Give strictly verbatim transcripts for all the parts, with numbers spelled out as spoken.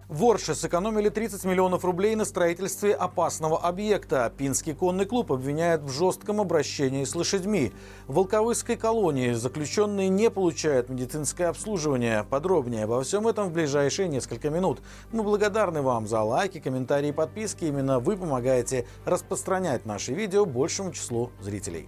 В Орше сэкономили тридцать миллионов рублей на строительстве опасного объекта. Пинский конный клуб обвиняет в жестком обращении с лошадьми. В Волковысской колонии заключенные не получают медицинское обслуживание. Подробнее обо всем этом в ближайшие несколько минут. Мы благодарны вам за лайки, комментарии и подписки. Именно вы помогаете распространять наши видео большему числу зрителей.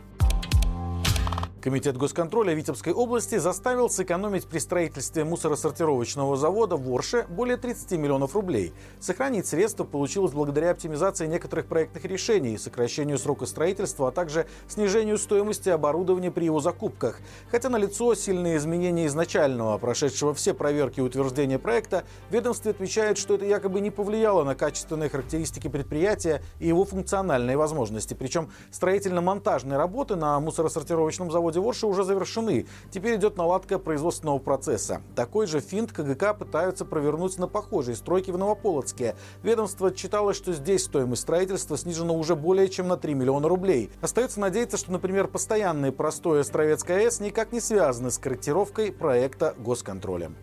Комитет госконтроля Витебской области заставил сэкономить при строительстве мусоросортировочного завода в Орше более тридцати миллионов рублей. Сохранить средства получилось благодаря оптимизации некоторых проектных решений, сокращению срока строительства, а также снижению стоимости оборудования при его закупках. Хотя налицо сильные изменения изначального, прошедшего все проверки и утверждения проекта, ведомство отмечает, что это якобы не повлияло на качественные характеристики предприятия и его функциональные возможности. Причем строительно-монтажные работы на мусоросортировочном заводе в Орше уже завершены. Теперь идет наладка производственного процесса. Такой же финт КГК пытаются провернуть на похожей стройке в Новополоцке. Ведомство отчитало, что здесь стоимость строительства снижена уже более чем на три миллиона рублей. Остается надеяться, что, например, постоянные простой Островецкой АЭС никак не связаны с корректировкой проекта госконтроля.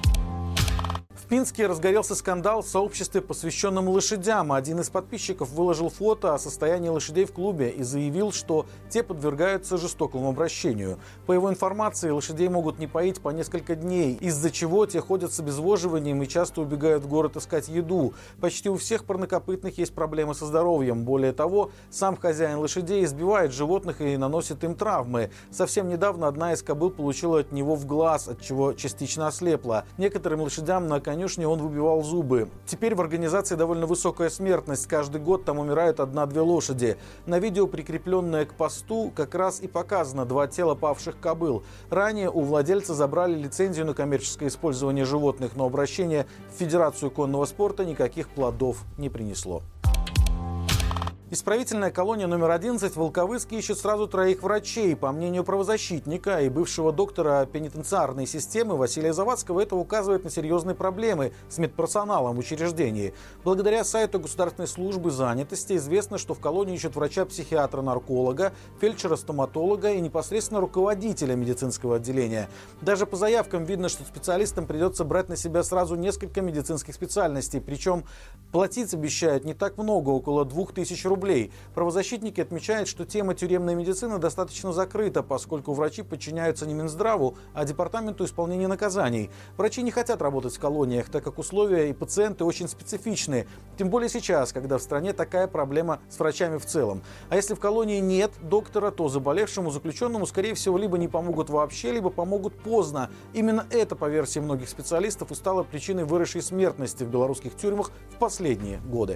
В Пинске разгорелся скандал в сообществе, посвященном лошадям. Один из подписчиков выложил фото о состоянии лошадей в клубе и заявил, что те подвергаются жестокому обращению. По его информации, лошадей могут не поить по несколько дней, из-за чего те ходят с обезвоживанием и часто убегают в город искать еду. Почти у всех парнокопытных есть проблемы со здоровьем. Более того, сам хозяин лошадей избивает животных и наносит им травмы. Совсем недавно одна из кобыл получила от него в глаз, от чего частично ослепла. Некоторым лошадям на конюшне он выбивал зубы. Теперь в организации довольно высокая смертность. Каждый год там умирают одна-две лошади. На видео, прикрепленное к посту, как раз и показано два тела павших кобыл. Ранее у владельца забрали лицензию на коммерческое использование животных, но обращение в Федерацию конного спорта никаких плодов не принесло. Исправительная колония номер одиннадцать в Волковыске ищет сразу троих врачей. По мнению правозащитника и бывшего доктора пенитенциарной системы Василия Завадского, это указывает на серьезные проблемы с медперсоналом в учреждении. Благодаря сайту Государственной службы занятости известно, что в колонии ищут врача-психиатра-нарколога, фельдшера-стоматолога и непосредственно руководителя медицинского отделения. Даже по заявкам видно, что специалистам придется брать на себя сразу несколько медицинских специальностей. Причем платить обещают не так много, около двух тысяч рублей. Правозащитники отмечают, что тема тюремной медицины достаточно закрыта, поскольку врачи подчиняются не Минздраву, а Департаменту исполнения наказаний. Врачи не хотят работать в колониях, так как условия и пациенты очень специфичны. Тем более сейчас, когда в стране такая проблема с врачами в целом. А если в колонии нет доктора, то заболевшему заключенному, скорее всего, либо не помогут вообще, либо помогут поздно. Именно это, по версии многих специалистов, и стало причиной выросшей смертности в белорусских тюрьмах в последние годы.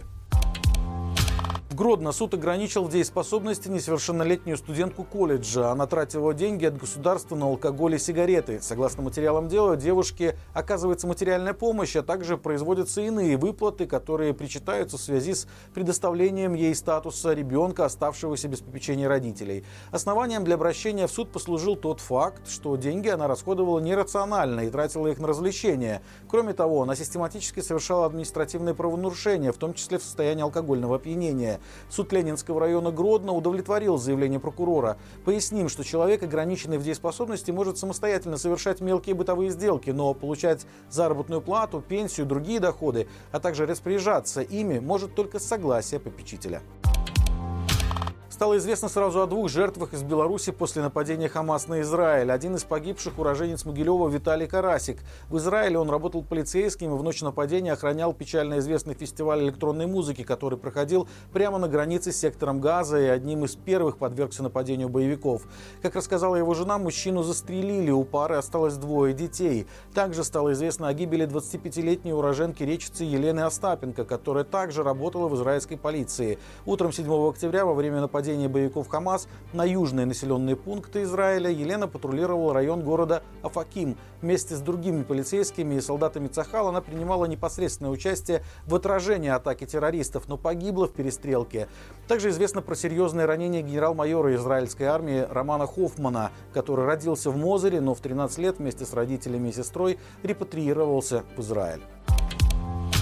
В Гродно суд ограничил в дееспособности несовершеннолетнюю студентку колледжа. Она тратила деньги от государства на алкоголь и сигареты. Согласно материалам дела, девушке оказывается материальная помощь, а также производятся иные выплаты, которые причитаются в связи с предоставлением ей статуса ребенка, оставшегося без попечения родителей. Основанием для обращения в суд послужил тот факт, что деньги она расходовала нерационально и тратила их на развлечения. Кроме того, она систематически совершала административные правонарушения, в том числе в состоянии алкогольного опьянения. Суд Ленинского района Гродно удовлетворил заявление прокурора. Поясним, что человек, ограниченный в дееспособности, может самостоятельно совершать мелкие бытовые сделки, но получать заработную плату, пенсию, другие доходы, а также распоряжаться ими может только с согласия попечителя. Стало известно сразу о двух жертвах из Беларуси после нападения ХАМАС на Израиль. Один из погибших — уроженец Могилева Виталий Карасик. В Израиле он работал полицейским и в ночь нападения охранял печально известный фестиваль электронной музыки, который проходил прямо на границе с сектором Газа и одним из первых подвергся нападению боевиков. Как рассказала его жена, мужчину застрелили, у пары осталось двое детей. Также стало известно о гибели двадцатипятилетней уроженки Речицы Елены Остапенко, которая также работала в израильской полиции. Утром седьмого октября во время нападения боевиков ХАМАС на южные населенные пункты Израиля Елена патрулировала район города Афаким. Вместе с другими полицейскими и солдатами Цахал она принимала непосредственное участие в отражении атаки террористов, но погибла в перестрелке. Также известно про серьезное ранение генерал-майора израильской армии Романа Хоффмана, который родился в Мозере, но в тринадцать лет вместе с родителями и сестрой репатриировался в Израиль.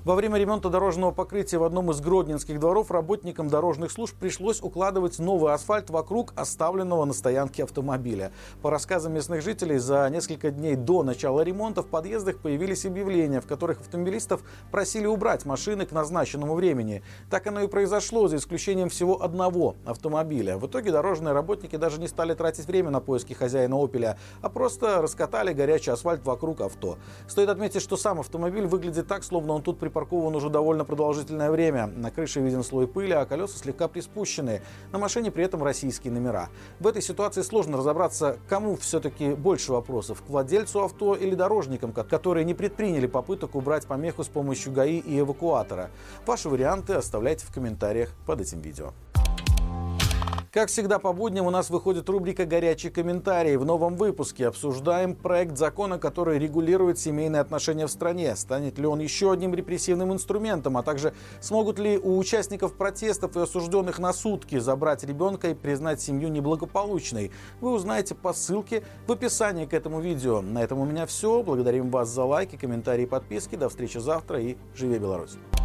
Во время ремонта дорожного покрытия в одном из гродненских дворов работникам дорожных служб пришлось укладывать новый асфальт вокруг оставленного на стоянке автомобиля. По рассказам местных жителей, за несколько дней до начала ремонта в подъездах появились объявления, в которых автомобилистов просили убрать машины к назначенному времени. Так оно и произошло, за исключением всего одного автомобиля. В итоге дорожные работники даже не стали тратить время на поиски хозяина «Опеля», а просто раскатали горячий асфальт вокруг авто. Стоит отметить, что сам автомобиль выглядит так, словно он тут припаркован уже довольно продолжительное время. На крыше виден слой пыли, а колеса слегка приспущены. На машине при этом российские номера. В этой ситуации сложно разобраться, кому все-таки больше вопросов: к владельцу авто или дорожникам, которые не предприняли попыток убрать помеху с помощью ГАИ и эвакуатора. Ваши варианты оставляйте в комментариях под этим видео. Как всегда по будням у нас выходит рубрика «Горячие комментарии». В новом выпуске обсуждаем проект закона, который регулирует семейные отношения в стране. Станет ли он еще одним репрессивным инструментом, а также смогут ли у участников протестов и осужденных на сутки забрать ребенка и признать семью неблагополучной. Вы узнаете по ссылке в описании к этому видео. На этом у меня все. Благодарим вас за лайки, комментарии и подписки. До встречи завтра и живи Беларусь!